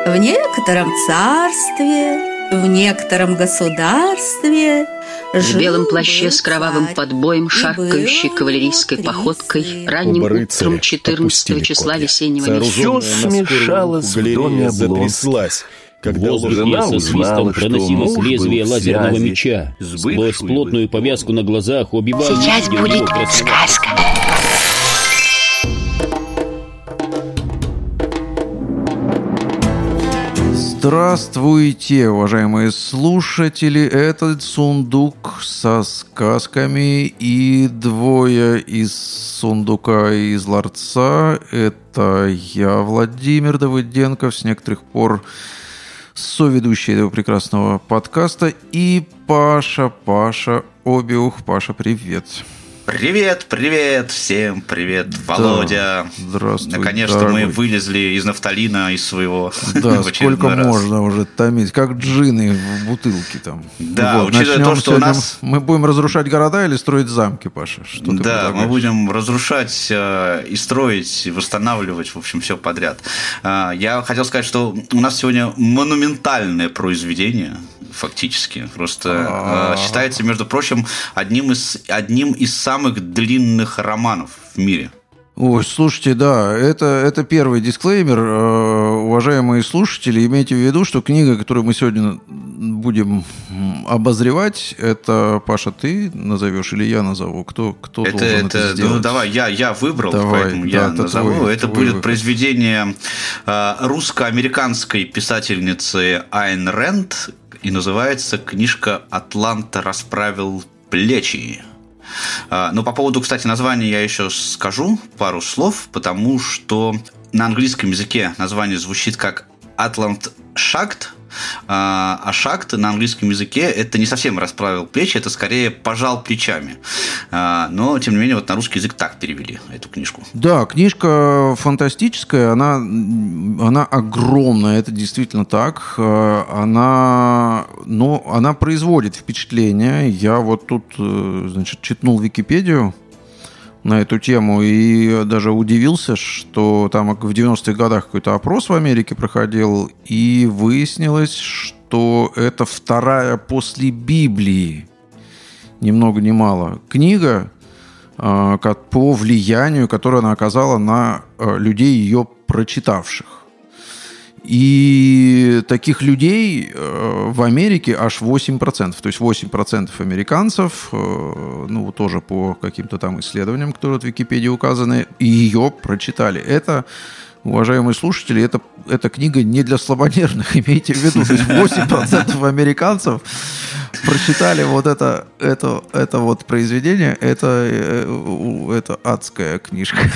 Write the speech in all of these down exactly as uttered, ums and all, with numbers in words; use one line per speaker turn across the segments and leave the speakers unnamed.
В некотором царстве, в некотором государстве
в белом плаще с кровавым подбоем, шаркающей кавалерийской походкой, ранним утром четырнадцатого числа весеннего месяца.
Все смешалось в доме Облонских.
Когда жена со свистом проносилось лезвие лазерного меча. Сквозь плотную повязку на глазах Оби-Ван
сейчас будет сказка.
Здравствуйте, уважаемые слушатели! Это сундук со сказками, и двое из сундука и из ларца. Это я, Владимир Давыденков, с некоторых пор соведущий этого прекрасного подкаста, и Паша, Паша Обиух. Паша, привет!
Привет, привет, всем привет, Володя.
Да, здравствуй.
Наконец-то дорогой. Мы вылезли из нафталина, из своего.
Да, сколько раз. Можно уже томить, как джины в бутылке там.
Да,
вот,
учитывая то, что у нас...
Мы будем разрушать города или строить замки, Паша? Что
да, мы будем разрушать э, и строить, и восстанавливать, в общем, все подряд. Э, я хотел сказать, что у нас сегодня монументальное произведение. Фактически. Просто э, считается, между прочим, одним из, одним из самых длинных романов в мире.
Ой, слушайте, да, это, это первый дисклеймер. Уважаемые слушатели, имейте в виду, что книга, которую мы сегодня будем обозревать, это, Паша, ты назовешь или я назову? Кто, кто
это,
должен
это,
это сделать?
Ну, давай, я, я выбрал,
давай,
поэтому
да,
я
это
назову.
твой,
это
твой
будет
выход.
Произведение э, русско-американской писательницы Айн Рэнд, и называется книжка «Атланта расправил плечи». Но по поводу, кстати, названия я еще скажу пару слов, потому что на английском языке название звучит как «Атлант Шакт», а шакт на английском языке это не совсем расправил плечи, это скорее пожал плечами. Но, тем не менее, вот на русский язык так перевели эту книжку.
Да, книжка фантастическая, она, она огромная, это действительно так. Она, но она производит впечатление. Я вот тут, значит, читнул Википедию на эту тему и даже удивился, что там в девяностых годах какой-то опрос в Америке проходил, и выяснилось, что это вторая после Библии, ни много ни мало, книга по влиянию, которое она оказала на людей, ее прочитавших. И таких людей в Америке аж восемь процентов. То есть восемь процентов американцев, ну, тоже по каким-то там исследованиям, которые в Википедии указаны, и ее прочитали. Это, уважаемые слушатели, это, эта книга не для слабонервных, имейте в виду. То есть восемь процентов американцев прочитали вот это, это, это вот произведение. Это, это адская книжка.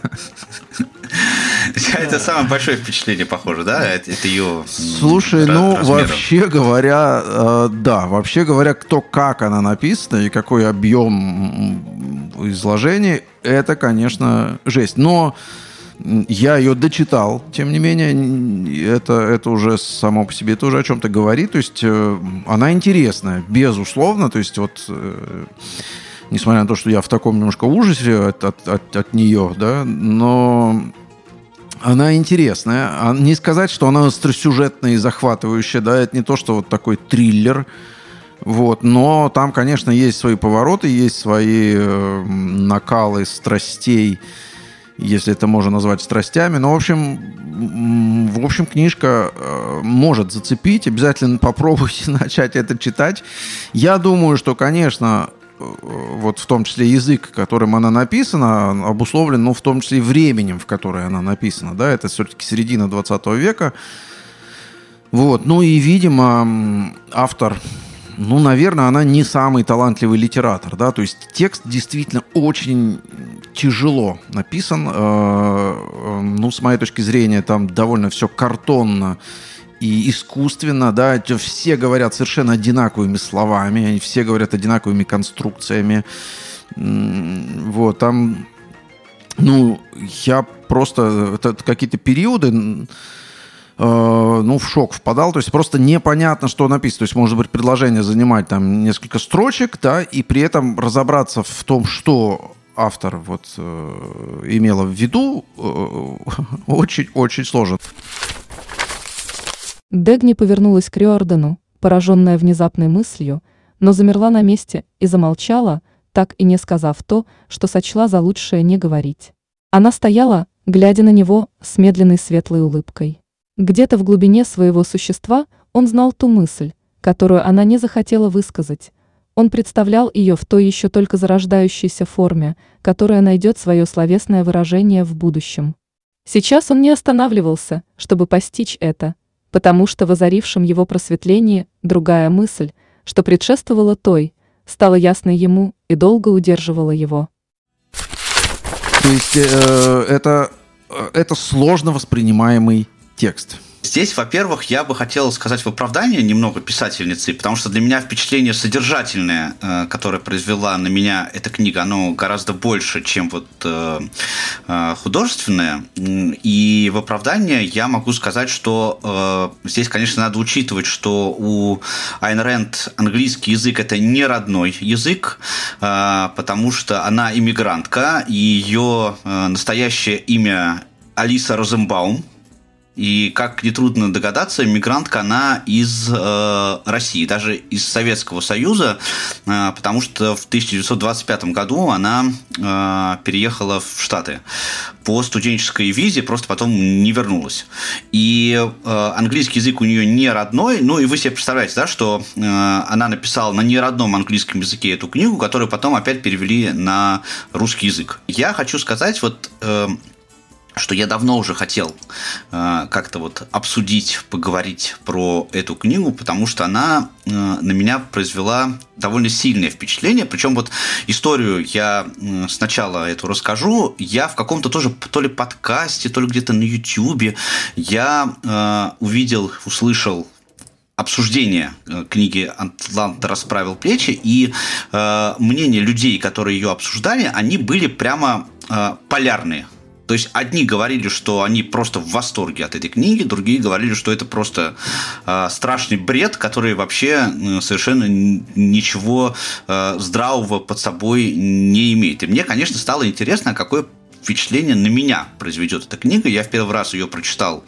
Это самое большое впечатление, похоже, да? Это, это ее.
Слушай, ра- ну, размером. Вообще говоря, э, да, вообще говоря, кто как она написана и какой объем изложения, это, конечно, жесть. Но я ее дочитал, тем не менее, это, это уже само по себе, это уже о чем-то говорит. То есть э, она интересная, безусловно. То есть вот... Э, несмотря на то, что я в таком немножко ужасе от, от, от, от нее, да, но она интересная. Не сказать, что она остросюжетная и захватывающая, да, это не то, что вот такой триллер, вот, но там, конечно, есть свои повороты, есть свои э, накалы страстей, если это можно назвать страстями. Но, в общем, в общем, книжка э, может зацепить. Обязательно попробуйте начать это читать. Я думаю, что, конечно... вот в том числе язык, которым она написана, обусловлен, ну, в том числе и временем, в которое она написана, да, это все-таки середина двадцатого века, вот, ну, и, видимо, автор, ну, наверное, она не самый талантливый литератор, да, то есть текст действительно очень тяжело написан, э, ну, с моей точки зрения, там довольно все картонно и искусственно, да, все говорят совершенно одинаковыми словами, они все говорят одинаковыми конструкциями. Вот, там, ну, я просто, это какие-то периоды, э, ну, в шок впадал, то есть просто непонятно, что написано. То есть, может быть, предложение занимать там несколько строчек, да, и при этом разобраться в том, что автор вот э, имела в виду, очень-очень э, сложно.
Дэгни повернулась к Риордану, пораженная внезапной мыслью, но замерла на месте и замолчала, так и не сказав то, что сочла за лучшее не говорить. Она стояла, глядя на него с медленной светлой улыбкой. Где-то в глубине своего существа он знал ту мысль, которую она не захотела высказать. Он представлял ее в той еще только зарождающейся форме, которая найдет свое словесное выражение в будущем. Сейчас он не останавливался, чтобы постичь это, потому что в озарившем его просветлении другая мысль, что предшествовала той, стала ясной ему и долго удерживала его.
То есть э, это, это сложно воспринимаемый текст.
Здесь, во-первых, я бы хотел сказать в оправдание немного писательницы, потому что для меня впечатление содержательное, которое произвела на меня эта книга, оно гораздо больше, чем вот художественное. И в оправдание я могу сказать, что здесь, конечно, надо учитывать, что у Айн Рэнд английский язык – это не родной язык, потому что она иммигрантка, и ее настоящее имя Алиса Розенбаум. И, как нетрудно догадаться, мигрантка она из э, России, даже из Советского Союза, э, потому что в тысяча девятьсот двадцать пятом году она э, переехала в Штаты по студенческой визе, просто потом не вернулась. И э, английский язык у нее не родной, ну и вы себе представляете, да, что э, она написала на неродном английском языке эту книгу, которую потом опять перевели на русский язык. Я хочу сказать, вот... Э, что я давно уже хотел э, как-то вот обсудить, поговорить про эту книгу, потому что она э, на меня произвела довольно сильное впечатление. Причем вот историю я э, сначала эту расскажу. Я в каком-то тоже то ли подкасте, то ли где-то на Ютьюбе я э, увидел, услышал обсуждение книги «Атлант расправил плечи», и э, мнения людей, которые ее обсуждали, они были прямо э, полярные. То есть одни говорили, что они просто в восторге от этой книги, другие говорили, что это просто э, страшный бред, который вообще э, совершенно ничего э, здравого под собой не имеет. И мне, конечно, стало интересно, какое впечатление на меня произведет эта книга. Я в первый раз ее прочитал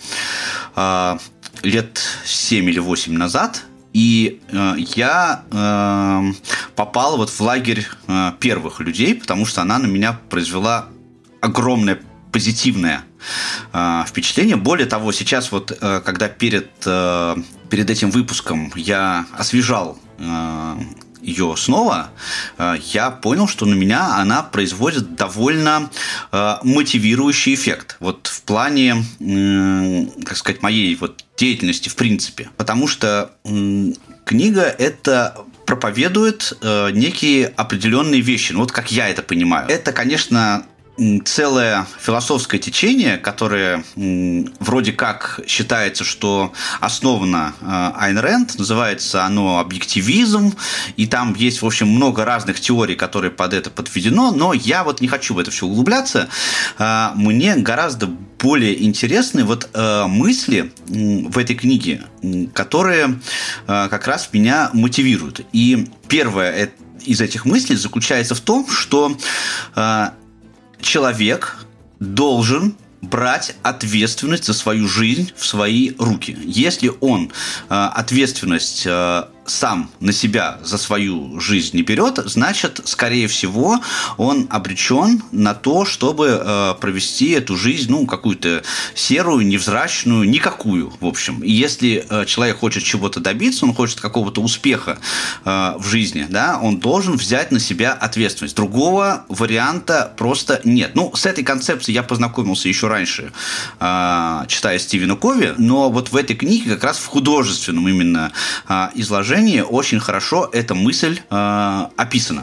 э, лет семь или восемь назад. И э, я э, попал вот в лагерь э, первых людей, потому что она на меня произвела огромное позитивное э, впечатление. Более того, сейчас вот, э, когда перед, э, перед этим выпуском я освежал э, ее снова, э, я понял, что на меня она производит довольно э, мотивирующий эффект. Вот в плане, э, как сказать, моей вот деятельности в принципе. Потому что э, книга это проповедует э, некие определенные вещи. Ну, вот как я это понимаю. Это, конечно, целое философское течение, которое м, вроде как считается, что основано э, Айн Рэнд, называется оно объективизм, и там есть, в общем, много разных теорий, которые под это подведено, но я вот не хочу в это все углубляться. Э, мне гораздо более интересны вот э, мысли э, в этой книге, э, которые э, как раз меня мотивируют. И первое из этих мыслей заключается в том, что э, человек должен брать ответственность за свою жизнь в свои руки. Если он э, ответственность э, сам на себя за свою жизнь не берет, значит, скорее всего, он обречен на то, чтобы э, провести эту жизнь, ну, какую-то серую, невзрачную, никакую, в общем. И если э, человек хочет чего-то добиться, он хочет какого-то успеха э, в жизни, да, он должен взять на себя ответственность. Другого варианта просто нет. Ну, с этой концепцией я познакомился еще раньше, э, читая Стивена Кови, но вот в этой книге, как раз в художественном именно э, изложении, очень хорошо эта мысль э, описана.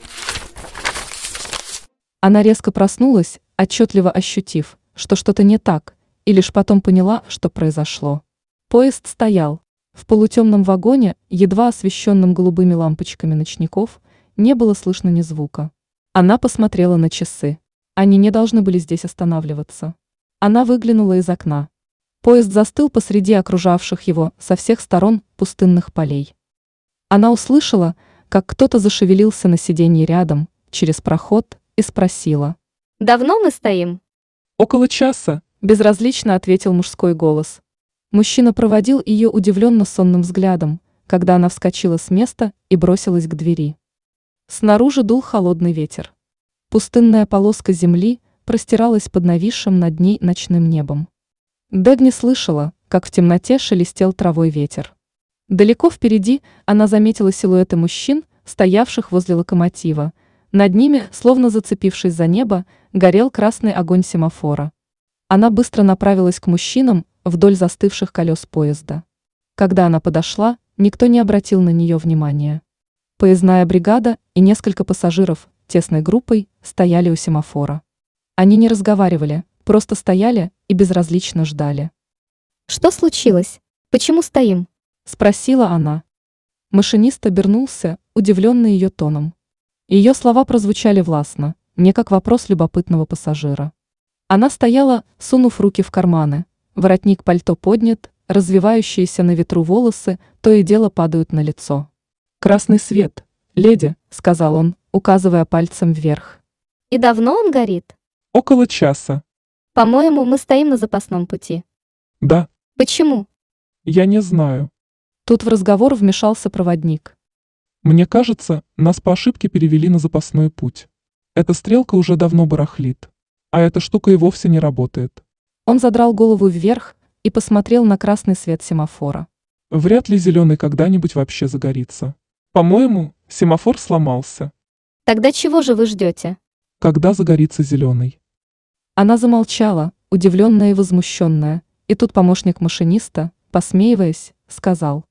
Она резко проснулась, отчетливо ощутив, что что-то не так, и лишь потом поняла, что произошло. Поезд стоял. В полутемном вагоне, едва освещенном голубыми лампочками ночников, не было слышно ни звука. Она посмотрела на часы. Они не должны были здесь останавливаться. Она выглянула из окна. Поезд застыл посреди окружавших его со всех сторон пустынных полей. Она услышала, как кто-то зашевелился на сиденье рядом, через проход, и спросила.
«Давно мы стоим?»
«Около часа»,
– безразлично ответил мужской голос. Мужчина проводил ее удивленно сонным взглядом, когда она вскочила с места и бросилась к двери. Снаружи дул холодный ветер. Пустынная полоска земли простиралась под нависшим над ней ночным небом. Дэгни слышала, как в темноте шелестел травой ветер. Далеко впереди она заметила силуэты мужчин, стоявших возле локомотива. Над ними, словно зацепившись за небо, горел красный огонь семафора. Она быстро направилась к мужчинам вдоль застывших колес поезда. Когда она подошла, никто не обратил на нее внимания. Поездная бригада и несколько пассажиров тесной группой стояли у семафора. Они не разговаривали, просто стояли и безразлично ждали.
«Что случилось? Почему стоим?»
– спросила она. Машинист обернулся, удивленный ее тоном. Ее слова прозвучали властно, не как вопрос любопытного пассажира. Она стояла, сунув руки в карманы, воротник пальто поднят, развивающиеся на ветру волосы то и дело падают на лицо. «Красный свет, леди», – сказал он, указывая пальцем вверх.
«И давно он горит?»
Около часа.
«По-моему, мы стоим на запасном пути».
Да.
«Почему?»
Я не знаю.
Тут в разговор вмешался проводник.
Мне кажется, нас по ошибке перевели на запасной путь. Эта стрелка уже давно барахлит. А эта штука и вовсе не работает.
Он задрал голову вверх и посмотрел на красный свет семафора.
Вряд ли зеленый когда-нибудь вообще загорится. По-моему, семафор сломался.
Тогда чего же вы ждете?
Когда загорится зеленый?
Она замолчала, удивленная и возмущенная, и тут помощник машиниста, посмеиваясь, сказал.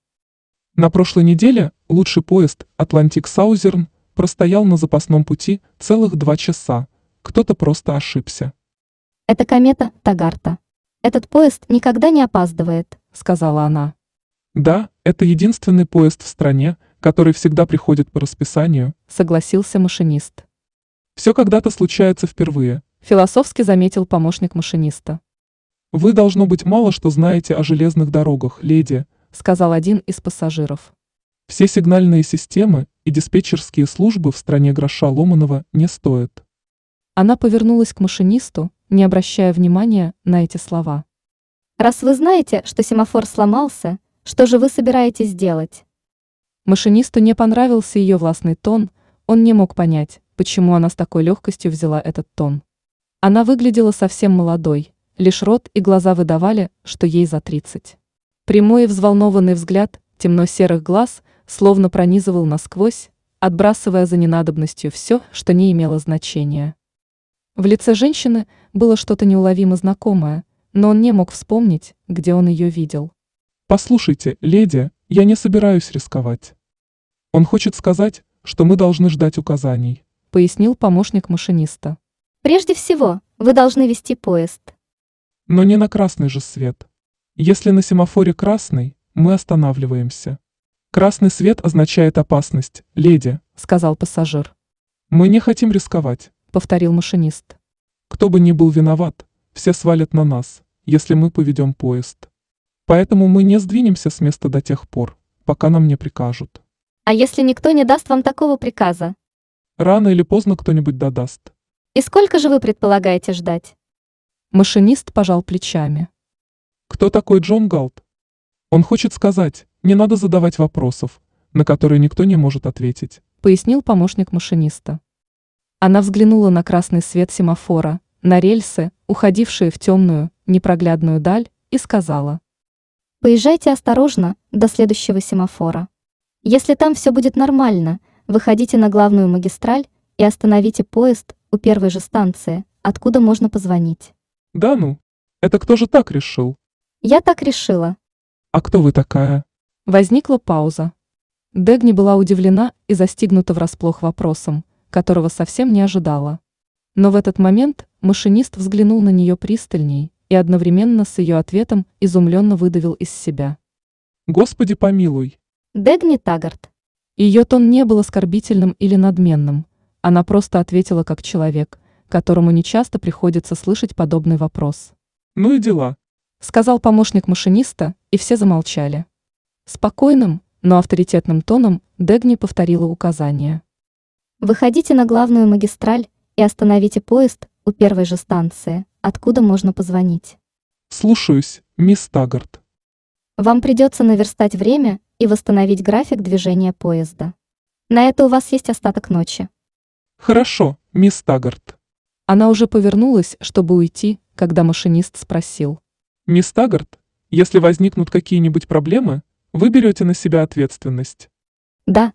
На прошлой неделе лучший поезд «Атлантик Саузерн» простоял на запасном пути целых два часа. Кто-то просто ошибся.
Это комета Тагарта. Этот поезд никогда не опаздывает,
сказала она.
Да, это единственный поезд в стране, который всегда приходит по расписанию,
согласился машинист.
Все когда-то случается впервые,
философски заметил помощник машиниста.
Вы, должно быть, мало что знаете о железных дорогах, леди,
сказал один из пассажиров.
Все сигнальные системы и диспетчерские службы в стране гроша ломаного не стоят.
Она повернулась к машинисту, не обращая внимания на эти слова.
Раз вы знаете, что семафор сломался, что же вы собираетесь делать?
Машинисту не понравился ее властный тон, он не мог понять, почему она с такой легкостью взяла этот тон. Она выглядела совсем молодой, лишь рот и глаза выдавали, что ей за тридцать. Прямой и взволнованный взгляд темно-серых глаз словно пронизывал насквозь, отбрасывая за ненадобностью все, что не имело значения. В лице женщины было что-то неуловимо знакомое, но он не мог вспомнить, где он ее видел.
«Послушайте, леди, я не собираюсь рисковать. Он хочет сказать, что мы должны ждать указаний»,
пояснил помощник машиниста.
«Прежде всего, вы должны вести поезд».
«Но не на красный же свет. Если на семафоре красный, мы останавливаемся. Красный свет означает опасность, леди»,
сказал пассажир.
«Мы не хотим рисковать»,
повторил машинист.
«Кто бы ни был виноват, все свалят на нас, если мы поведем поезд. Поэтому мы не сдвинемся с места до тех пор, пока нам не прикажут».
«А если никто не даст вам такого приказа?»
«Рано или поздно кто-нибудь додаст».
«И сколько же вы предполагаете ждать?»
Машинист пожал плечами.
«Кто такой Джон Галт? Он хочет сказать, не надо задавать вопросов, на которые никто не может ответить»,
пояснил помощник машиниста. Она взглянула на красный свет семафора, на рельсы, уходившие в темную, непроглядную даль, и сказала.
«Поезжайте осторожно до следующего семафора. Если там все будет нормально, выходите на главную магистраль и остановите поезд у первой же станции, откуда можно позвонить».
«Да ну, это кто же так решил?»
«Я так решила».
«А кто вы такая?»
Возникла пауза. Дэгни была удивлена и застигнута врасплох вопросом, которого совсем не ожидала. Но в этот момент машинист взглянул на нее пристальней и одновременно с ее ответом изумленно выдавил из себя.
«Господи помилуй!»
Дэгни Тагарт.
Ее тон не был оскорбительным или надменным, она просто ответила как человек, которому нечасто приходится слышать подобный вопрос.
«Ну и дела»,
сказал помощник машиниста, и все замолчали. Спокойным, но авторитетным тоном Дэгни повторила указание.
«Выходите на главную магистраль и остановите поезд у первой же станции, откуда можно позвонить».
«Слушаюсь, мисс Тагарт».
Вам придется наверстать время и восстановить график движения поезда. На это у вас есть остаток ночи.
Хорошо, мисс Таггарт.
Она уже повернулась, чтобы уйти, когда машинист спросил.
Мисс Таггарт, если возникнут какие-нибудь проблемы, вы берете на себя ответственность.
Да.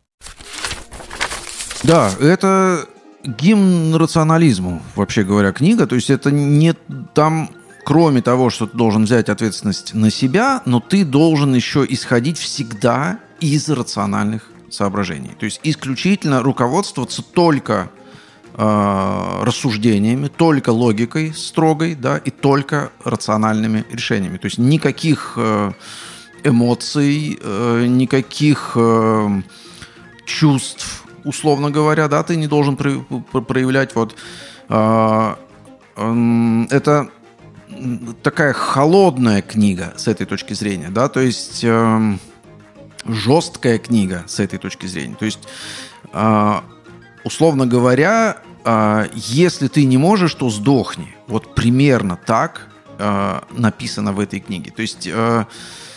Да, это гимн рационализму, вообще говоря, книга. То есть это не там, кроме того, что ты должен взять ответственность на себя, но ты должен еще исходить всегда из рациональных соображений. То есть исключительно руководствоваться только э, рассуждениями, только логикой строгой, да, и только рациональными решениями. То есть никаких э, эмоций, э, никаких э, чувств, условно говоря, да, ты не должен про- про- проявлять. Вот э, э, это такая холодная книга с этой точки зрения, да, то есть э, жесткая книга с этой точки зрения. То есть, э, условно говоря, э, если ты не можешь, то сдохни. Вот примерно так э, написано в этой книге. То есть э,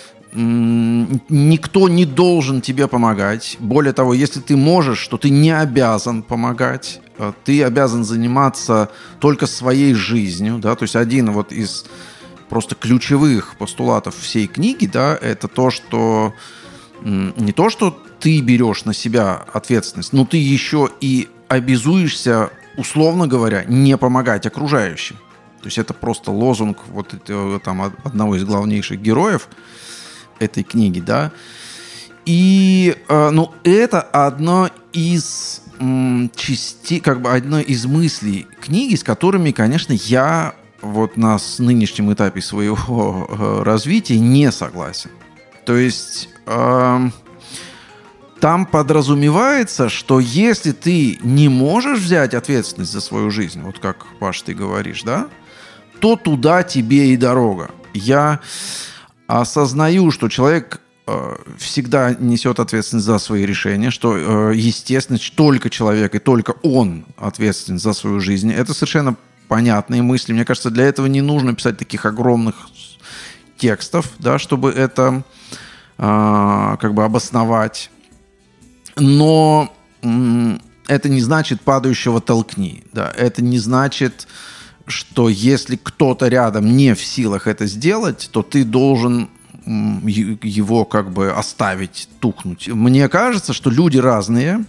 никто не должен тебе помогать. Более того, если ты можешь, то ты не обязан помогать. Ты обязан заниматься только своей жизнью. Да? То есть один вот из просто ключевых постулатов всей книги, да, это то, что не то, что ты берешь на себя ответственность, но ты еще и обязуешься, условно говоря, не помогать окружающим. То есть это просто лозунг вот этого, там, одного из главнейших героев этой книги, да. И, э, ну, это одно из м, частей, как бы одно из мыслей книги, с которыми, конечно, я вот на нынешнем этапе своего э, развития не согласен. То есть э, там подразумевается, что если ты не можешь взять ответственность за свою жизнь, вот как, Паш, ты говоришь, да, то туда тебе и дорога. Я осознаю, что человек э, всегда несет ответственность за свои решения, что, э, естественно, только человек и только он ответственен за свою жизнь. Это совершенно понятные мысли. Мне кажется, для этого не нужно писать таких огромных текстов, да, чтобы это э, как бы обосновать. Но э, это не значит падающего толкни. Да. Это не значит, что если кто-то рядом не в силах это сделать, то ты должен его как бы оставить тухнуть. Мне кажется, что люди разные.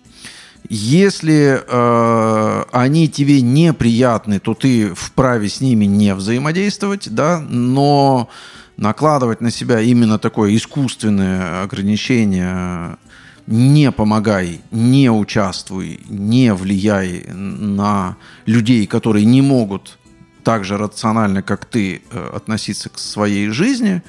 Если э, они тебе неприятны, то ты вправе с ними не взаимодействовать, да, но накладывать на себя именно такое искусственное ограничение: не помогай, не участвуй, не влияй на людей, которые не могут так же рационально, как ты, относиться к своей жизни.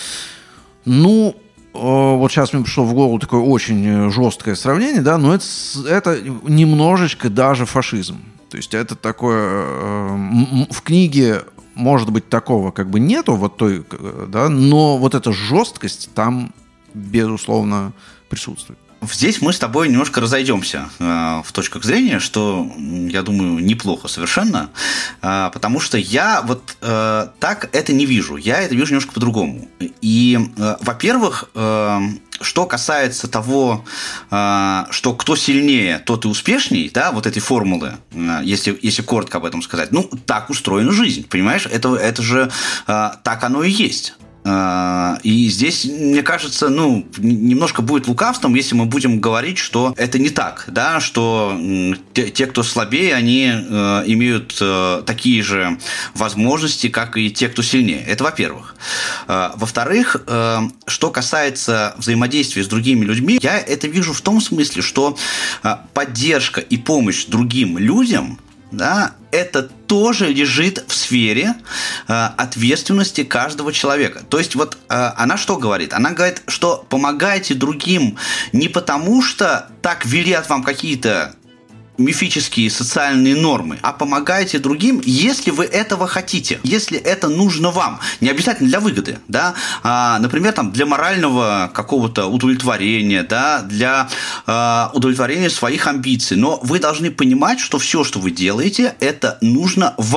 Ну, вот сейчас мне пришло в голову такое очень жесткое сравнение, да, но это, это немножечко даже фашизм. То есть это такое... В книге, может быть, такого как бы нету, вот той, да, но вот эта жесткость там, безусловно, присутствует.
Здесь мы с тобой немножко разойдемся э, в точках зрения, что, я думаю, неплохо совершенно, э, потому что я вот э, так это не вижу, я это вижу немножко по-другому. И, э, во-первых, э, что касается того, э, что кто сильнее, тот и успешней, да, вот этой формулы, э, если, если коротко об этом сказать, ну, так устроена жизнь, понимаешь, это, это же э, так оно и есть. И здесь, мне кажется, ну, немножко будет лукавством, если мы будем говорить, что это не так, да, что те, те кто слабее, они э, имеют э, такие же возможности, как и те, кто сильнее. Это во-первых. Э, во-вторых, э, что касается взаимодействия с другими людьми, я это вижу в том смысле, что э, поддержка и помощь другим людям, да, это тоже лежит в сфере э, ответственности каждого человека. То есть вот э, она что говорит? Она говорит, что помогайте другим не потому, что так велят вам какие-то мифические социальные нормы, а помогайте другим, если вы этого хотите, если это нужно вам, не обязательно для выгоды, да, а, например, там для морального какого-то удовлетворения, да, для а, удовлетворения своих амбиций, но вы должны понимать, что все, что вы делаете, это нужно вам.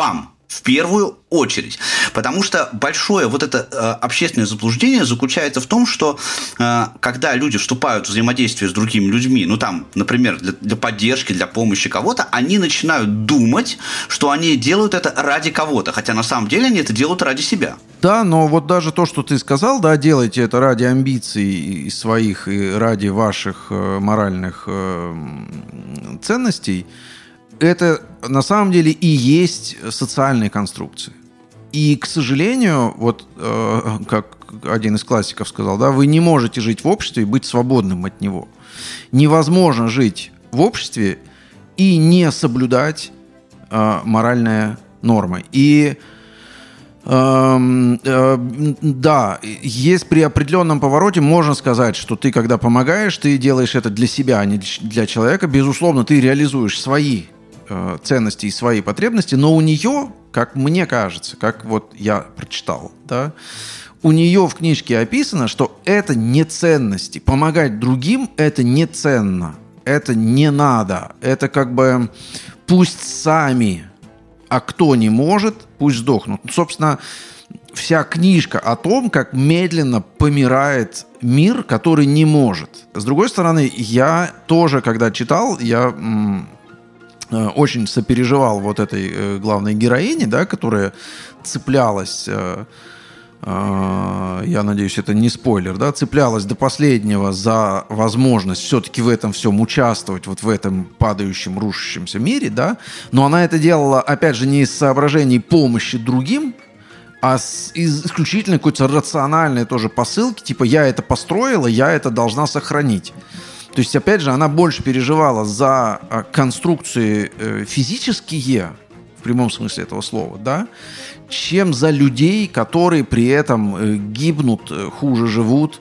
В первую очередь. Потому что большое вот это э, общественное заблуждение заключается в том, что э, когда люди вступают в взаимодействие с другими людьми, ну там, например, для, для поддержки, для помощи кого-то, они начинают думать, что они делают это ради кого-то, хотя на самом деле они это делают ради себя.
Да, но вот даже то, что ты сказал, да, делайте это ради амбиций и своих, и ради ваших э, моральных э, ценностей, это на самом деле и есть социальные конструкции. И, к сожалению, вот э, как один из классиков сказал, да, вы не можете жить в обществе и быть свободным от него. Невозможно жить в обществе и не соблюдать э, моральные нормы. И э, э, да, есть при определенном повороте можно сказать, что ты, когда помогаешь, ты делаешь это для себя, а не для человека. Безусловно, ты реализуешь свои ценности и свои потребности, но у нее, как мне кажется, как вот я прочитал, да, у нее в книжке описано, что это не ценности. Помогать другим – это не ценно, это не надо, это как бы пусть сами, а кто не может, пусть сдохнут. Собственно, вся книжка о том, как медленно помирает мир, который не может. С другой стороны, я тоже, когда читал, я очень сопереживал вот этой э, главной героине, да, которая цеплялась, э, э, я надеюсь, это не спойлер, да, цеплялась до последнего за возможность все-таки в этом всем участвовать, вот в этом падающем, рушащемся мире, да, но она это делала, опять же, не из соображений помощи другим, а с, из исключительно какой-то рациональной тоже посылки, типа я это построила, я это должна сохранить. То есть, опять же, она больше переживала за конструкции физические, в прямом смысле этого слова, да, чем за людей, которые при этом гибнут, хуже живут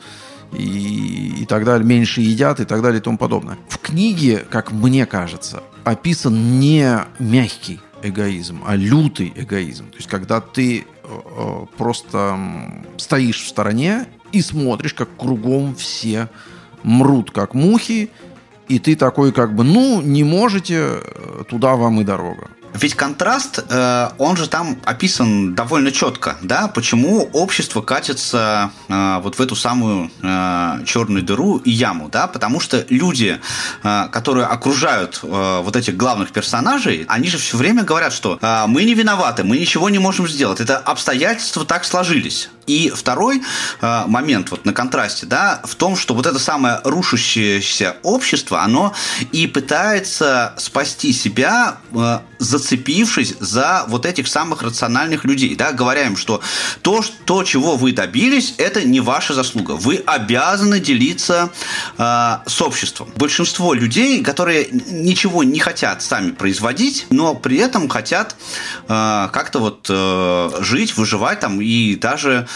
и, и так далее, меньше едят и так далее и тому подобное. В книге, как мне кажется, описан не мягкий эгоизм, а лютый эгоизм. То есть, когда ты э, просто стоишь в стороне и смотришь, как кругом все мрут, как мухи, и ты такой как бы, ну, не можете, туда вам и дорога.
Ведь контраст, э, он же там описан довольно четко, да, почему общество катится э, вот в эту самую э, черную дыру и яму, да, потому что люди, э, которые окружают э, вот этих главных персонажей, они же все время говорят, что э, мы не виноваты, мы ничего не можем сделать, это обстоятельства так сложились. И второй э, момент вот на контрасте, да, в том, что вот это самое рушащееся общество, оно и пытается спасти себя, э, зацепившись за вот этих самых рациональных людей, да, говоря им, что то, то, чего вы добились, это не ваша заслуга. Вы обязаны делиться э, с обществом. Большинство людей, которые ничего не хотят сами производить, но при этом хотят э, как-то вот э, жить, выживать там и даже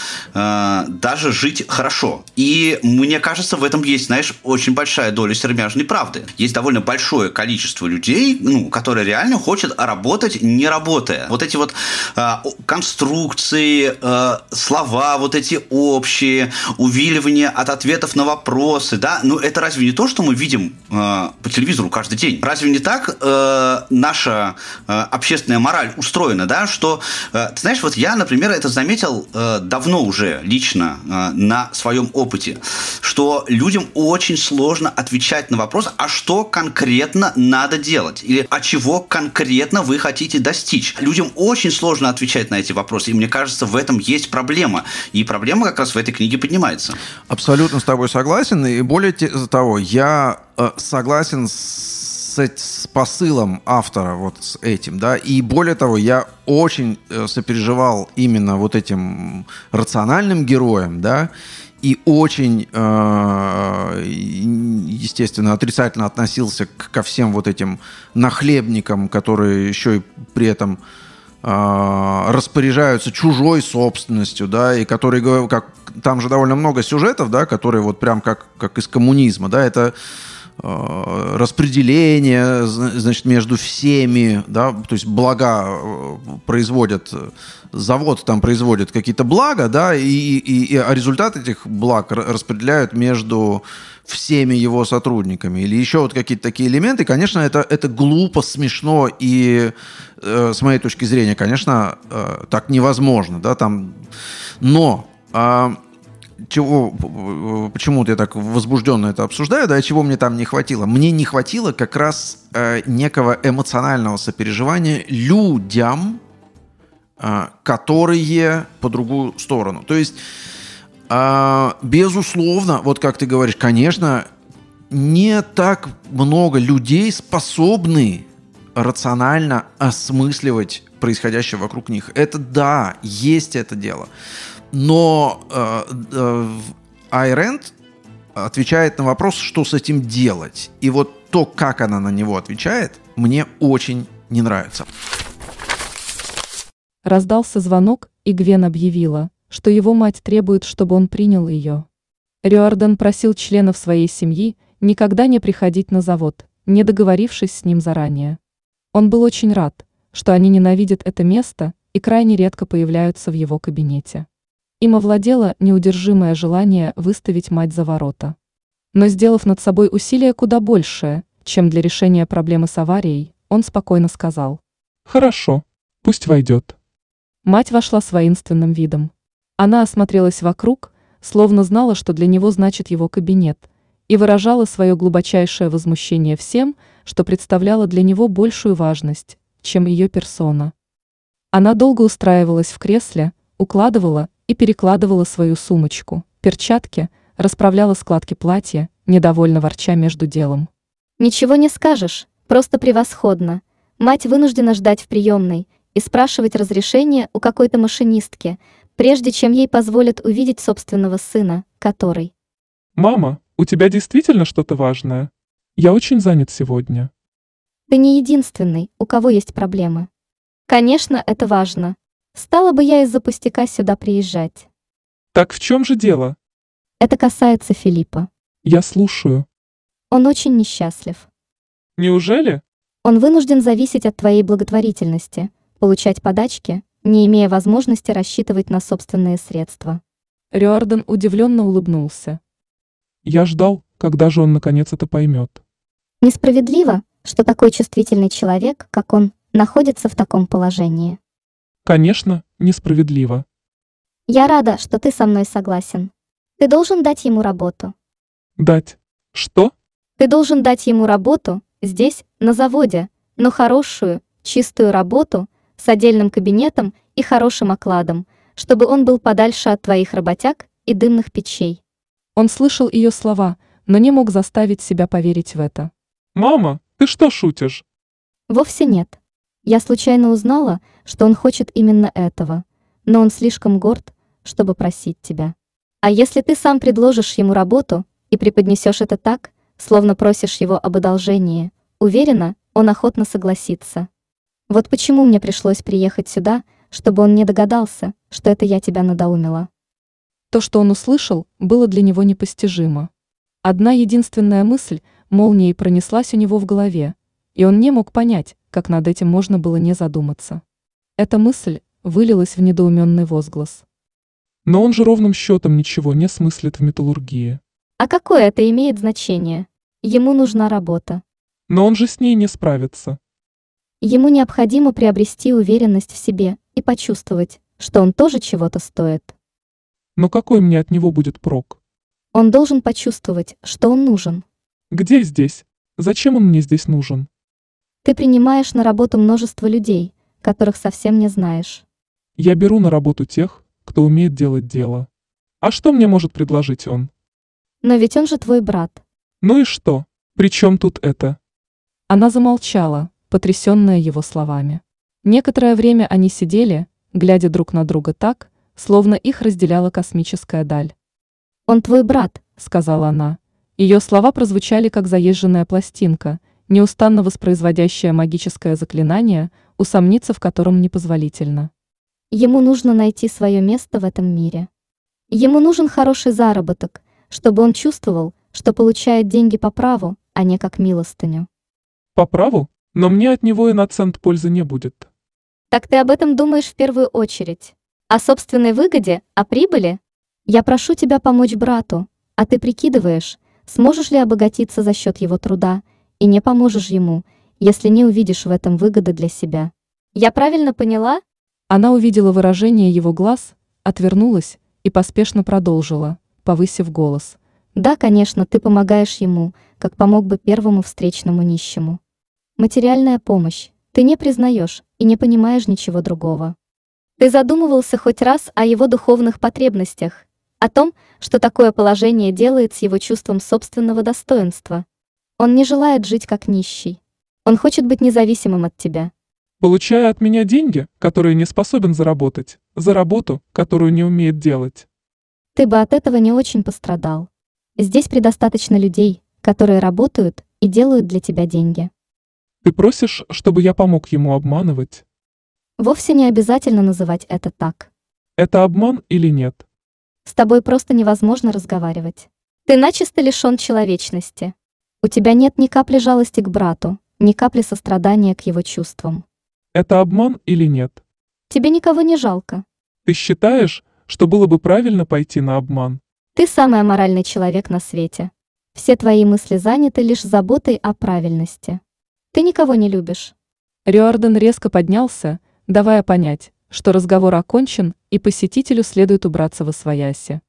даже жить хорошо. И мне кажется, в этом есть, знаешь, очень большая доля сермяжной правды. Есть довольно большое количество людей, ну, которые реально хотят работать, не работая. Вот эти вот э, конструкции, э, слова вот эти общие, увиливания от ответов на вопросы, да, ну, это разве не то, что мы видим э, по телевизору каждый день? Разве не так э, наша э, общественная мораль устроена, да, что, э, ты знаешь, вот я, например, это заметил э, давно уже лично э, на своем опыте, что людям очень сложно отвечать на вопрос, а что конкретно надо делать? Или а чего конкретно вы хотите достичь? Людям очень сложно отвечать на эти вопросы, и мне кажется, в этом есть проблема. И проблема как раз в этой книге поднимается.
Абсолютно с тобой согласен, и более того, я э, согласен с с посылом автора, вот с этим, да, и более того, я очень э, сопереживал именно вот этим рациональным героям, да, и очень, э, естественно, отрицательно относился к, ко всем вот этим нахлебникам, которые еще и при этом э, распоряжаются чужой собственностью, да, и которые, как там же довольно много сюжетов, да, которые вот прям как, как из коммунизма, да, это э, распределение, значит, между всеми, да, то есть блага производят, завод там производит какие-то блага, да, и, и, и а результат этих благ распределяют между всеми его сотрудниками. Или еще вот какие-то такие элементы. Конечно, это, это глупо, смешно и, э, с моей точки зрения, конечно, э, так невозможно, да, там. Но э, чего, почему-то я так возбужденно это обсуждаю, да, чего мне там не хватило? Мне не хватило как раз э, некого эмоционального сопереживания людям, э, которые по другую сторону. То есть, э, безусловно, вот как ты говоришь, конечно, не так много людей способны рационально осмысливать происходящее вокруг них. Это да, есть это дело. Но э, э, Айн Рэнд отвечает на вопрос, что с этим делать. И вот то, как она на него отвечает, мне очень не нравится.
Раздался звонок, и Гвен объявила, что его мать требует, чтобы он принял ее. Риордан просил членов своей семьи никогда не приходить на завод, не договорившись с ним заранее. Он был очень рад, что они ненавидят это место и крайне редко появляются в его кабинете. Им овладело неудержимое желание выставить мать за ворота. Но сделав над собой усилие куда большее, чем для решения проблемы с аварией, он спокойно сказал:
«Хорошо, пусть войдет».
Мать вошла с воинственным видом. Она осмотрелась вокруг, словно знала, что для него значит его кабинет, и выражала свое глубочайшее возмущение всем, что представляло для него большую важность, чем ее персона. Она долго устраивалась в кресле, укладывала и перекладывала свою сумочку, перчатки, расправляла складки платья, недовольно ворча между делом.
Ничего не скажешь, просто превосходно. Мать вынуждена ждать в приемной и спрашивать разрешения у какой-то машинистки, прежде чем ей позволят увидеть собственного сына, который...
«Мама, у тебя действительно что-то важное? Я очень занят сегодня».
Ты не единственный, у кого есть проблемы. Конечно, это важно. Стала бы я из-за пустяка сюда приезжать.
Так в чем же дело?
Это касается Филиппа.
Я слушаю.
Он очень несчастлив.
Неужели?
Он вынужден зависеть от твоей благотворительности, получать подачки, не имея возможности рассчитывать на собственные средства.
Риордан удивленно улыбнулся.
Я ждал, когда же он наконец это поймет.
Несправедливо, что такой чувствительный человек, как он, находится в таком положении.
Конечно, несправедливо.
Я рада, что ты со мной согласен. Ты должен дать ему работу.
Дать? Что?
Ты должен дать ему работу здесь, на заводе, но хорошую, чистую работу с отдельным кабинетом и хорошим окладом, чтобы он был подальше от твоих работяг и дымных печей.
Он слышал ее слова, но не мог заставить себя поверить в это.
Мама, ты что, шутишь?
Вовсе нет. Я случайно узнала, что он хочет именно этого, но он слишком горд, чтобы просить тебя. А если ты сам предложишь ему работу и преподнесешь это так, словно просишь его об одолжении, уверена, он охотно согласится. Вот почему мне пришлось приехать сюда, чтобы он не догадался, что это я тебя надоумила.
То, что он услышал, было для него непостижимо. Одна единственная мысль молнией пронеслась у него в голове, и он не мог понять, как над этим можно было не задуматься. Эта мысль вылилась в недоуменный возглас.
Но он же ровным счетом ничего не смыслит в металлургии.
А какое это имеет значение? Ему нужна работа.
Но он же с ней не справится.
Ему необходимо приобрести уверенность в себе и почувствовать, что он тоже чего-то стоит.
Но какой мне от него будет прок?
Он должен почувствовать, что он нужен.
Где здесь? Зачем он мне здесь нужен?
Ты принимаешь на работу множество людей, которых совсем не знаешь.
Я беру на работу тех, кто умеет делать дело. А что мне может предложить он?
Но ведь он же твой брат.
Ну и что? При чем тут это?
Она замолчала, потрясенная его словами. Некоторое время они сидели, глядя друг на друга так, словно их разделяла космическая даль.
«Он твой брат»,
— сказала она. Ее слова прозвучали как заезженная пластинка, неустанно воспроизводящая магическое заклинание, усомниться в котором непозволительно.
Ему нужно найти свое место в этом мире. Ему нужен хороший заработок, чтобы он чувствовал, что получает деньги по праву, а а не как милостыню.
По праву, но мне от него и на цент пользы не будет.
Так ты об этом думаешь в первую очередь. О собственной выгоде, о прибыли? Я прошу тебя помочь брату, а ты прикидываешь, сможешь ли обогатиться за счет его труда, и не поможешь ему, если не увидишь в этом выгоды для себя. Я правильно поняла?
Она увидела выражение его глаз, отвернулась и поспешно продолжила, повысив голос.
Да, конечно, ты помогаешь ему, как помог бы первому встречному нищему. Материальная помощь. Ты не признаешь и не понимаешь ничего другого. Ты задумывался хоть раз о его духовных потребностях, о том, что такое положение делает с его чувством собственного достоинства. Он не желает жить как нищий. Он хочет быть независимым от тебя.
Получая от меня деньги, которые не способен заработать, за работу, которую не умеет делать.
Ты бы от этого не очень пострадал. Здесь предостаточно людей, которые работают и делают для тебя деньги.
Ты просишь, чтобы я помог ему обманывать?
Вовсе не обязательно называть это так.
Это обман или нет?
С тобой просто невозможно разговаривать. Ты начисто лишен человечности. У тебя нет ни капли жалости к брату, ни капли сострадания к его чувствам.
Это обман или нет?
Тебе никого не жалко.
Ты считаешь, что было бы правильно пойти на обман?
Ты самый аморальный человек на свете. Все твои мысли заняты лишь заботой о правильности. Ты никого не любишь.
Риордан резко поднялся, давая понять, что разговор окончен и посетителю следует убраться восвояси.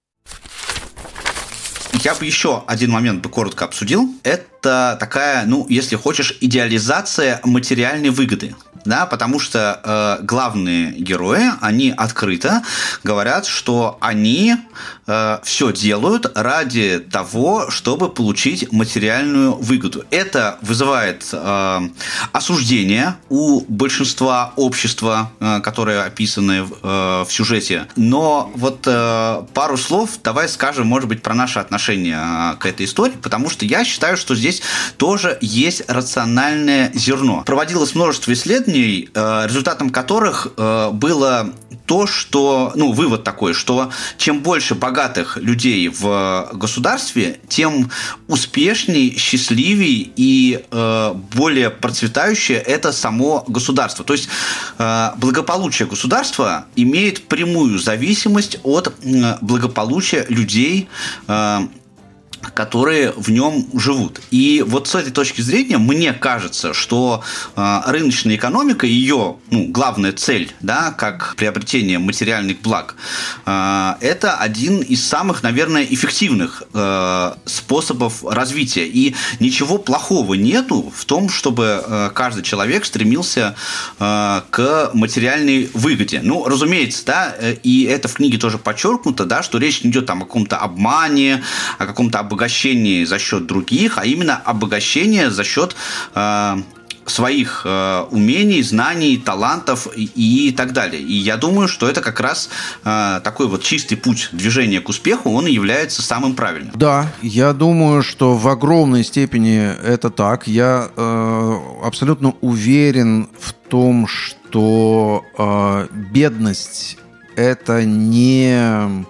Я бы еще один момент бы коротко обсудил. Это такая, ну, если хочешь, идеализация материальной выгоды. Да, потому что э, главные герои, они открыто говорят, что они э, все делают ради того, чтобы получить материальную выгоду. Это вызывает э, осуждение у большинства общества, э, которые описаны в, э, в сюжете. Но вот э, пару слов давай скажем, может быть, про наше отношение э, к этой истории, потому что я считаю, что здесь тоже есть рациональное зерно. Проводилось множество исследований, результатом которых было то, что, ну, вывод такой, что чем больше богатых людей в государстве, тем успешней, счастливей и более процветающее это само государство. То есть благополучие государства имеет прямую зависимость от благополучия людей, которые в нем живут. И вот с этой точки зрения мне кажется, что э, рыночная экономика, ее ну, главная цель, да, как приобретение материальных благ, э, это один из самых, наверное, эффективных э, способов развития. И ничего плохого нету в том, чтобы э, каждый человек стремился э, к материальной выгоде. Ну, разумеется, да, и это в книге тоже подчеркнуто, да, что речь не идет там о каком-то обмане, о каком-то обогащение за счет других, а именно обогащение за счет э, своих э, умений, знаний, талантов и, и так далее. И я думаю, что это как раз э, такой вот чистый путь движения к успеху, он и является самым правильным.
Да, я думаю, что в огромной степени это так. Я э, абсолютно уверен в том, что э, бедность – это не...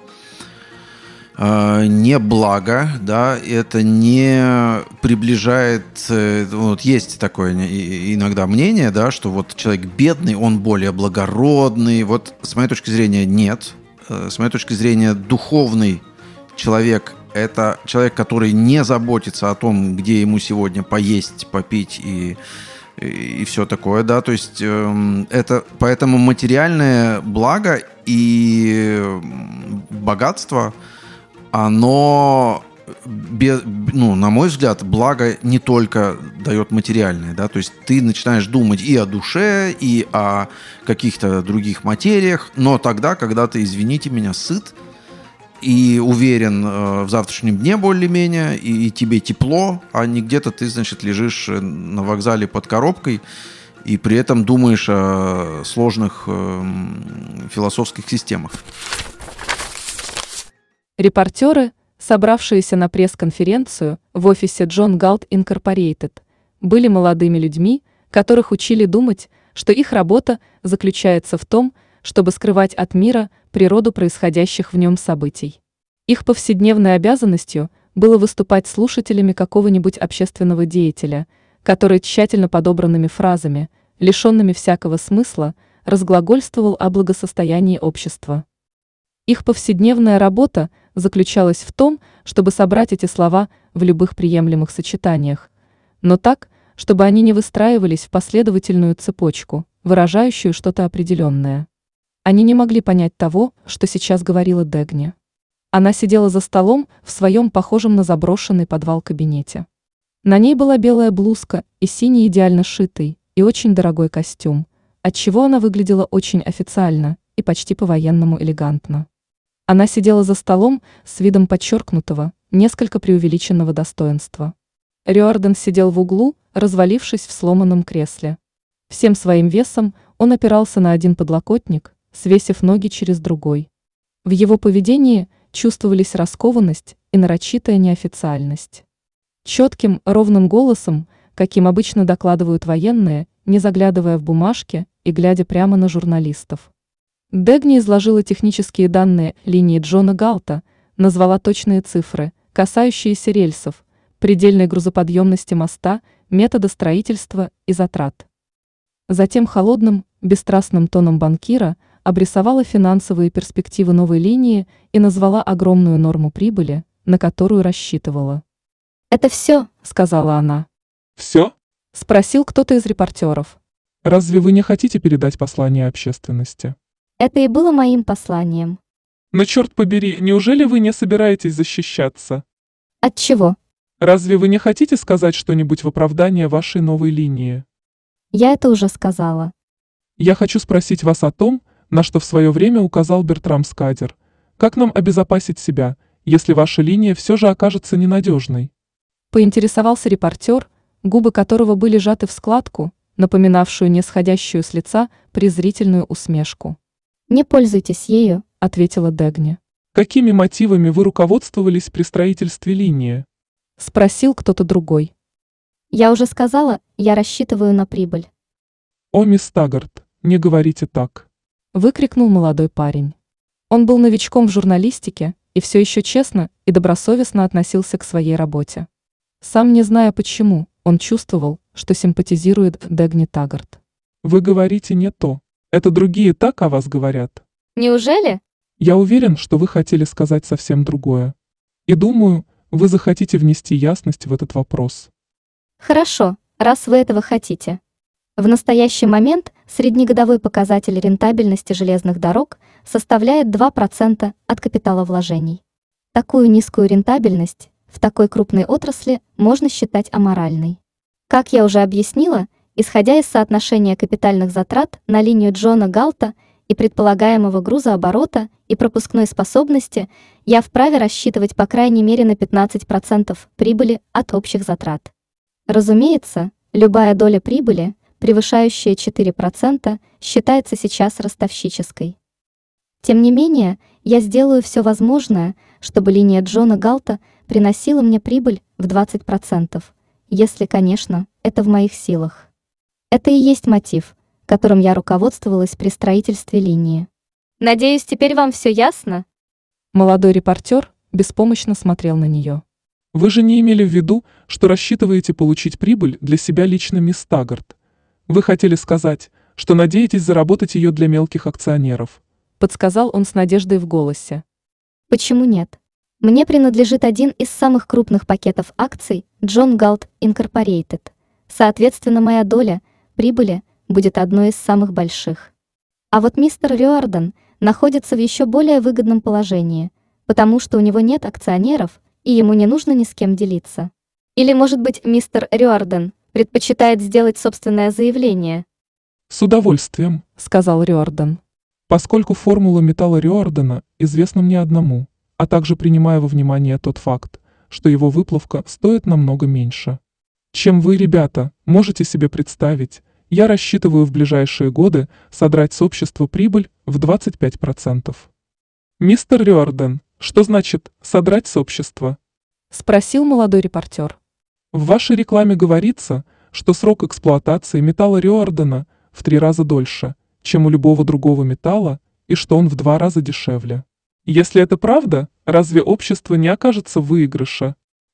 не благо, да, это не приближает, вот есть такое иногда мнение, да, что вот человек бедный, он более благородный, вот с моей точки зрения нет, с моей точки зрения духовный человек – это человек, который не заботится о том, где ему сегодня поесть, попить и и все такое, да, то есть э, это поэтому материальное благо и богатство, оно, без, ну, на мой взгляд, благо не только дает материальное, да, то есть ты начинаешь думать и о душе, и о каких-то других материях, но тогда, когда ты, извините меня, сыт и уверен э, в завтрашнем дне более-менее, и, и тебе тепло, а не где-то ты, значит, лежишь на вокзале под коробкой и при этом думаешь о сложных э, философских системах.
Репортеры, собравшиеся на пресс-конференцию в офисе John Galt Incorporated, были молодыми людьми, которых учили думать, что их работа заключается в том, чтобы скрывать от мира природу происходящих в нем событий. Их повседневной обязанностью было выступать слушателями какого-нибудь общественного деятеля, который тщательно подобранными фразами, лишенными всякого смысла, разглагольствовал о благосостоянии общества. Их повседневная работа заключалась в том, чтобы собрать эти слова в любых приемлемых сочетаниях, но так, чтобы они не выстраивались в последовательную цепочку, выражающую что-то определенное. Они не могли понять того, что сейчас говорила Дэгни. Она сидела за столом в своем похожем на заброшенный подвал кабинете. На ней была белая блузка и синий идеально шитый и очень дорогой костюм, отчего она выглядела очень официально и почти по-военному элегантно. Она сидела за столом с видом подчеркнутого, несколько преувеличенного достоинства. Риордан сидел в углу, развалившись в сломанном кресле. Всем своим весом он опирался на один подлокотник, свесив ноги через другой. В его поведении чувствовались раскованность и нарочитая неофициальность. Четким, ровным голосом, каким обычно докладывают военные, не заглядывая в бумажки и глядя прямо на журналистов. Дэгни изложила технические данные линии Джона Галта, назвала точные цифры, касающиеся рельсов, предельной грузоподъемности моста, метода строительства и затрат. Затем холодным, бесстрастным тоном банкира обрисовала финансовые перспективы новой линии и назвала огромную норму прибыли, на которую рассчитывала.
«Это все», —
сказала она.
Все?
Спросил кто-то из репортеров.
Разве вы не хотите передать послание общественности?
Это и было моим посланием.
Но черт побери, неужели вы не собираетесь защищаться?
От чего?
Разве вы не хотите сказать что-нибудь в оправдание вашей новой линии?
Я это уже сказала.
Я хочу спросить вас о том, на что в свое время указал Бертрам Скадер. Как нам обезопасить себя, если ваша линия все же окажется ненадежной?
Поинтересовался репортер, губы которого были сжаты в складку, напоминавшую нисходящую с лица презрительную усмешку.
«Не пользуйтесь ею»,
— ответила Дэгни.
Какими мотивами вы руководствовались при строительстве линии?
Спросил кто-то другой.
«Я уже сказала, я рассчитываю на прибыль».
О, мисс Таггарт, не говорите так.
Выкрикнул молодой парень. Он был новичком в журналистике и все еще честно и добросовестно относился к своей работе. Сам не зная почему, он чувствовал, что симпатизирует Дэгни Таггарт.
Вы говорите не то. Это другие так о вас говорят.
«Неужели?»
Я уверен, что вы хотели сказать совсем другое. И думаю, вы захотите внести ясность в этот вопрос.
«Хорошо, раз вы этого хотите». В настоящий момент среднегодовой показатель рентабельности железных дорог составляет два процента от капиталовложений. Такую низкую рентабельность в такой крупной отрасли можно считать аморальной. Как я уже объяснила, исходя из соотношения капитальных затрат на линию Джона Галта и предполагаемого грузооборота и пропускной способности, я вправе рассчитывать по крайней мере на пятнадцать процентов прибыли от общих затрат. Разумеется, любая доля прибыли, превышающая четыре процента, считается сейчас ростовщической. Тем не менее, я сделаю все возможное, чтобы линия Джона Галта приносила мне прибыль в двадцать процентов, если, конечно, это в моих силах. Это и есть мотив, которым я руководствовалась при строительстве линии. Надеюсь, теперь вам все ясно?
Молодой репортер беспомощно смотрел на нее.
Вы же не имели в виду, что рассчитываете получить прибыль для себя лично, мисс Таггарт. Вы хотели сказать, что надеетесь заработать ее для мелких акционеров.
Подсказал он с надеждой в голосе.
Почему нет? Мне принадлежит один из самых крупных пакетов акций John Galt Incorporated. Соответственно, моя доля прибыли будет одной из самых больших. А вот мистер Риордан находится в еще более выгодном положении, потому что у него нет акционеров, и ему не нужно ни с кем делиться. Или, может быть, мистер Риордан предпочитает сделать собственное заявление?
С удовольствием,
сказал Риордан.
Поскольку формула металла Риордана известна мне одному, а также принимая во внимание тот факт, что его выплавка стоит намного меньше, чем вы, ребята, можете себе представить, я рассчитываю в ближайшие годы содрать с общества прибыль в двадцать пять процентов. Мистер Риордан, что значит «содрать с общества»?
Спросил молодой репортер.
В вашей рекламе говорится, что срок эксплуатации металла Риордана в три раза дольше, чем у любого другого металла, и что он в два раза дешевле. Если это правда, разве общество не окажется в выигрыше?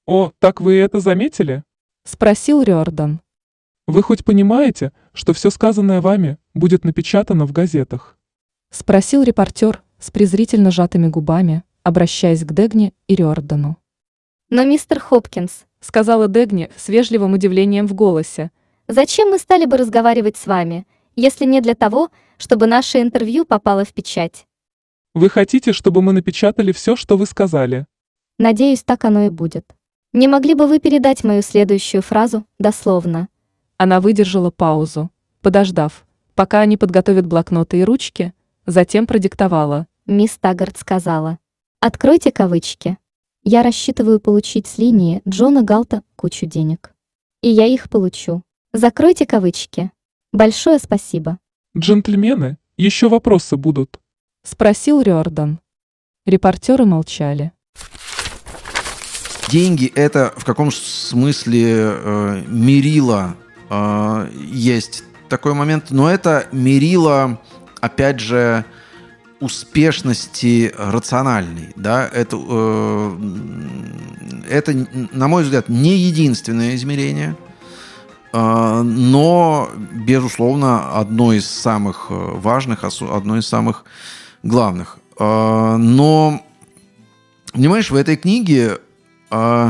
О, так вы и это заметили?
Спросил Риордан.
Вы хоть понимаете, что все сказанное вами будет напечатано в газетах?
Спросил репортер с презрительно сжатыми губами, обращаясь к Дегни и Риордану.
Но, мистер Хопкинс,
Сказала Дегни с вежливым удивлением в голосе.
зачем мы стали бы разговаривать с вами, если не для того, чтобы наше интервью попало в печать?
Вы хотите, чтобы мы напечатали все, что вы сказали?
Надеюсь, так оно и будет. Не могли бы вы передать мою следующую фразу дословно?
Она выдержала паузу, подождав, пока они подготовят блокноты и ручки, затем продиктовала.
Мисс Таггарт сказала. Откройте кавычки. Я рассчитываю получить с линии Джона Галта кучу денег. И я их получу. Закройте кавычки. Большое спасибо.
Джентльмены, еще вопросы будут?
Спросил Риордан. Репортеры молчали.
Деньги — это в каком смысле э, мерило, э, есть такой момент, но это мерило, опять же, успешности рациональной, да, это, э, это, на мой взгляд, не единственное измерение, э, но, безусловно, одно из самых важных, одно из самых главных. Э, но, понимаешь, в этой книге э,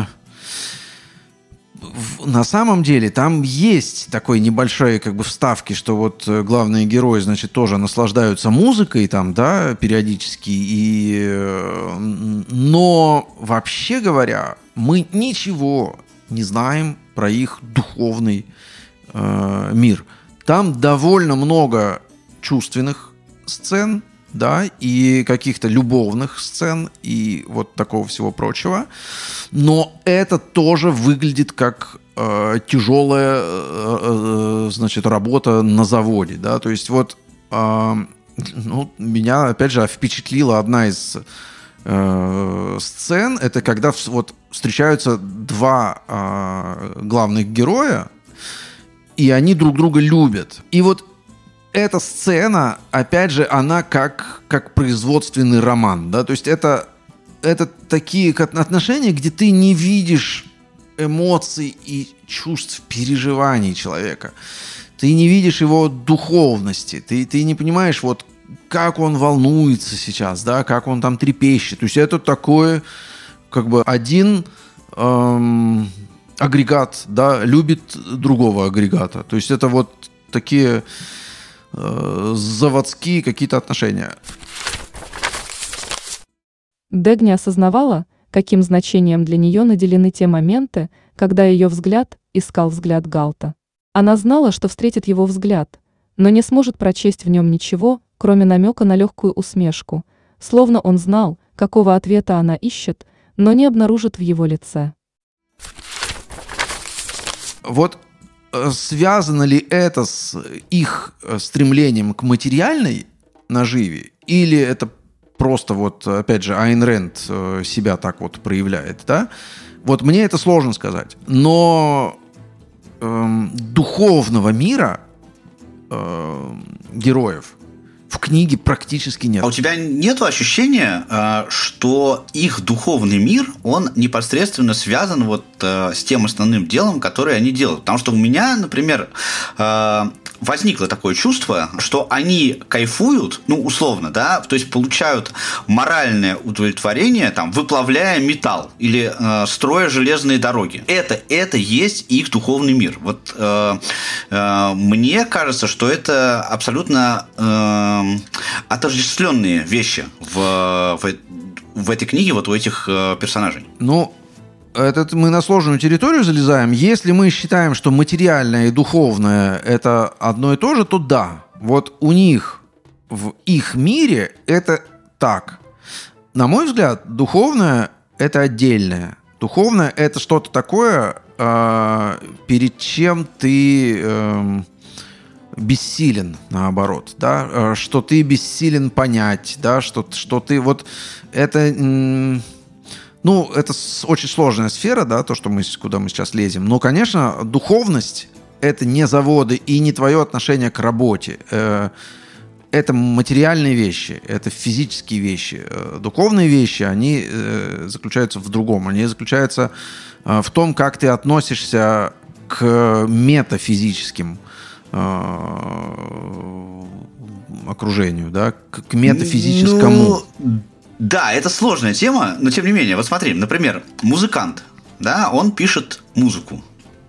на самом деле там есть такой небольшой как бы вставки, что вот главные герои, значит, тоже наслаждаются музыкой там, да, периодически, и... но вообще говоря, мы ничего не знаем про их духовный э, мир. Там довольно много чувственных сцен, да, и каких-то любовных сцен, и вот такого всего прочего. Но это тоже выглядит как э, тяжелая, э, э, значит, работа на заводе, да, то есть вот э, ну, меня, опять же, впечатлила одна из э, сцен, это когда вот встречаются два э, главных героя, и они друг друга любят. И вот эта сцена, опять же, она как, как производственный роман, да, то есть это, это такие отношения, где ты не видишь эмоций и чувств, переживаний человека, ты не видишь его духовности, ты, ты не понимаешь, вот, как он волнуется сейчас, да, как он там трепещет, то есть это такое, как бы, один эм, агрегат, да, любит другого агрегата, то есть это вот такие... заводские какие-то отношения.
Дегни осознавала, каким значением для нее наделены те моменты, когда ее взгляд искал взгляд Галта. Она знала, что встретит его взгляд, но не сможет прочесть в нем ничего, кроме намека на легкую усмешку, словно он знал, какого ответа она ищет, но не обнаружит в его лице.
Вот связано ли это с их стремлением к материальной наживе, или это просто вот, опять же, Айн Рэнд себя так вот проявляет, да? Вот мне это сложно сказать. Но эм, духовного мира э, героев в книге практически нет.
А у тебя нет ощущения, что их духовный мир, он непосредственно связан вот с тем основным делом, которое они делают? Потому что у меня, например, возникло такое чувство, что они кайфуют, ну, условно, да, то есть получают моральное удовлетворение, там, выплавляя металл или э, строя железные дороги. Это, это есть их духовный мир. Вот э, э, мне кажется, что это абсолютно э, отождествленные вещи в, в, в этой книге, вот у этих э, персонажей.
Ну, это мы на сложную территорию залезаем. Если мы считаем, что материальное и духовное – это одно и то же, то да. Вот у них, в их мире это так. На мой взгляд, духовное – это отдельное. Духовное – это что-то такое, э, перед чем ты э, бессилен, наоборот. Да? Что ты бессилен понять, да? что, что ты вот… это. Э, Ну, это очень сложная сфера, да, то, что мы, куда мы сейчас лезем. Но, конечно, духовность – это не заводы и не твое отношение к работе. это материальные вещи, это физические вещи. Духовные вещи, они заключаются в другом. Они заключаются в том, как ты относишься к метафизическим окружению, да, к метафизическому.
Ну, да, это сложная тема, но тем не менее, вот смотри, например, музыкант, да, он пишет музыку.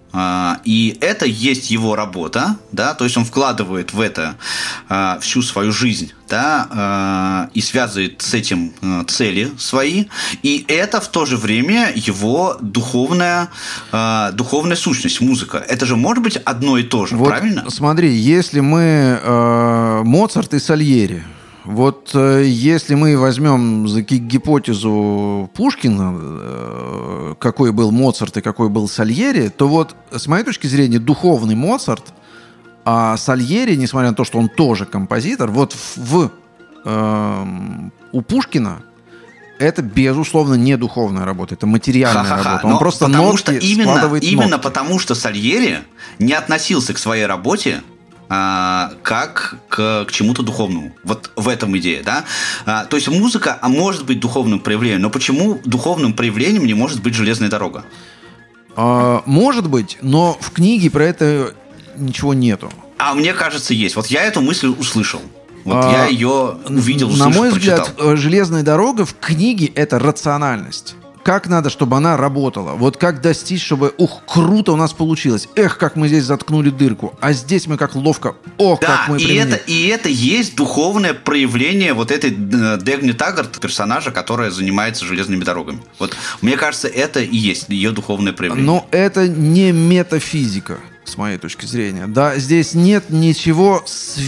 И это есть его работа, да, то есть он вкладывает в это а, всю свою жизнь, да, а, и связывает с этим а, цели свои, и это в то же время его духовная, а, духовная сущность, музыка. Это же может быть одно и то же,
вот,
правильно?
Смотри, если мы э, Моцарт и Сальери, вот э, если мы возьмем за гипотезу Пушкина, э, какой был Моцарт и какой был Сальери, то вот, с моей точки зрения, духовный Моцарт, а Сальери, несмотря на то, что он тоже композитор, вот в, э, у Pушкина это, безусловно, не духовная работа, это материальная
Ха-ха-ха.
работа. Он
Но
просто
потому
нотки
что именно,
складывает
именно
нотки.
потому, что Сальери не относился к своей работе А, как к, к чему-то духовному. Вот в этом идея, да? А, то есть музыка может быть духовным проявлением, но почему духовным проявлением не может быть железная дорога?
А, может быть, но в книге про это ничего нету.
А мне кажется, есть. Вот я эту мысль услышал. Вот
а,
я ее увидел, услышал,
на мой
прочитал.
взгляд, железная дорога в книге — это рациональность. Как надо, чтобы она работала? Вот как достичь, чтобы, ух, круто у нас получилось. Эх, как мы здесь заткнули дырку. А здесь мы как ловко. Ох,
да,
как мы
и
применили.
это, и это есть духовное проявление вот этой Дэгни Таггарт, персонажа, которая занимается железными дорогами. Вот мне кажется, это и есть ее духовное проявление.
Но это не метафизика, с моей точки зрения. Да, здесь нет ничего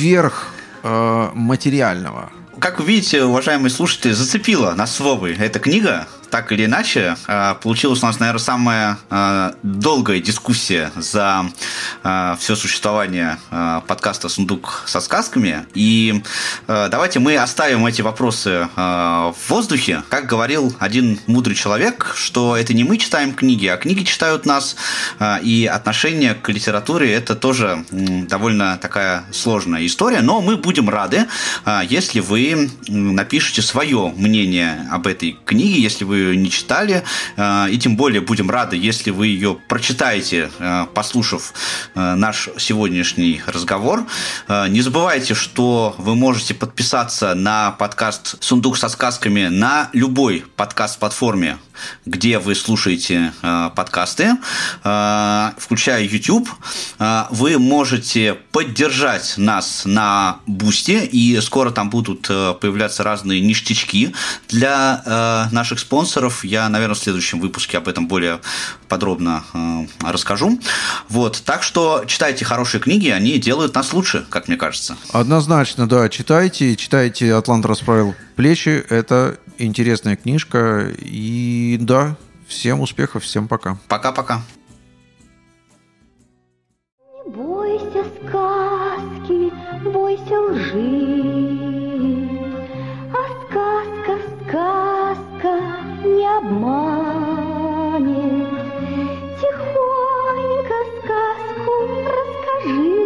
сверхматериального.
Э, Как вы видите, уважаемые слушатели, зацепила нас с Вовой эта книга. Так или иначе, получилась у нас, наверное, самая долгая дискуссия за все существование подкаста «Сундук со сказками». И давайте мы оставим эти вопросы в воздухе. Как говорил один мудрый человек, что это не мы читаем книги, а книги читают нас. И отношение к литературе – это тоже довольно такая сложная история. Но мы будем рады, если вы напишите свое мнение об этой книге, если вы ее не читали, и тем более будем рады, если вы ее прочитаете, послушав наш сегодняшний разговор. Не забывайте, что вы можете подписаться на подкаст «Сундук со сказками» на любой подкаст-платформе, где вы слушаете подкасты, включая YouTube. Вы можете поддержать нас на Бусти, и скоро там будут появляться разные ништячки для наших спонсоров. Я, наверное, в следующем выпуске об этом более подробно э, расскажу. Вот. Так что читайте хорошие книги, они делают нас лучше, как мне кажется.
Однозначно, да, читайте. Читайте «Атлант расправил плечи». Это интересная книжка. И да, всем успехов, всем пока.
Пока-пока.
Не бойся сказки, бойся лжи. А сказка, сказка не обманет. Тихонько сказку расскажи.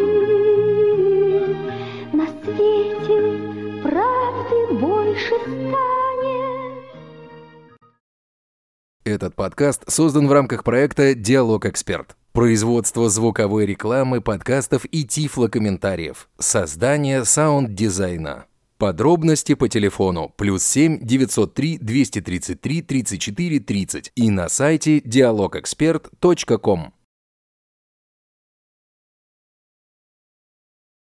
На свете правды больше станет.
Этот подкаст создан в рамках проекта «Диалог Эксперт». Производство звуковой рекламы, подкастов и тифлокомментариев. Создание саунд-дизайна. Подробности по телефону плюс семь девятьсот три двести тридцать три тридцать четыре тридцать и на сайте диалог эксперт точка ком.